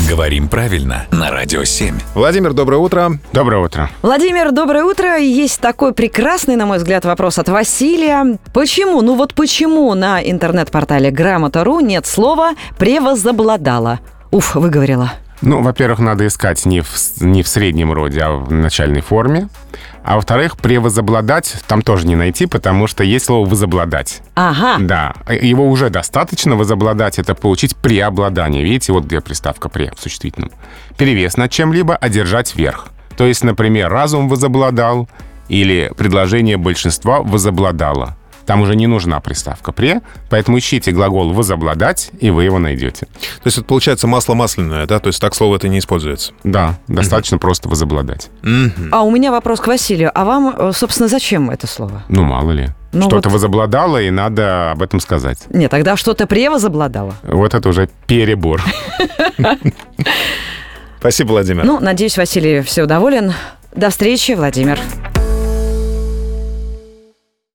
Говорим правильно на Радио 7. Владимир, доброе утро. Доброе утро. Владимир, доброе утро. Есть такой прекрасный, на мой взгляд, вопрос от Василия. Почему на интернет-портале Грамота.ру нет слова «превозобладала»? Выговорила. Во-первых, надо искать не в среднем роде, а в начальной форме. А во-вторых, «превозобладать» там тоже не найти, потому что есть слово «возобладать». Ага. Да, его уже достаточно. Возобладать — это получить преобладание. Видите, вот где приставка «пре» в существительном. Перевес над чем-либо, одержать верх. То есть, например, разум возобладал или предложение большинства возобладало. Там уже не нужна приставка «пре», поэтому ищите глагол «возобладать», и вы его найдете. То есть это получается масло масляное, да? То есть так слово это не используется? Да, достаточно просто «возобладать». А у меня вопрос к Василию. А вам, собственно, зачем это слово? Мало ли. Что-то возобладало, и надо об этом сказать. Нет, тогда что-то превозобладало. Вот это уже перебор. Спасибо, Владимир. Надеюсь, Василий все доволен. До встречи, Владимир.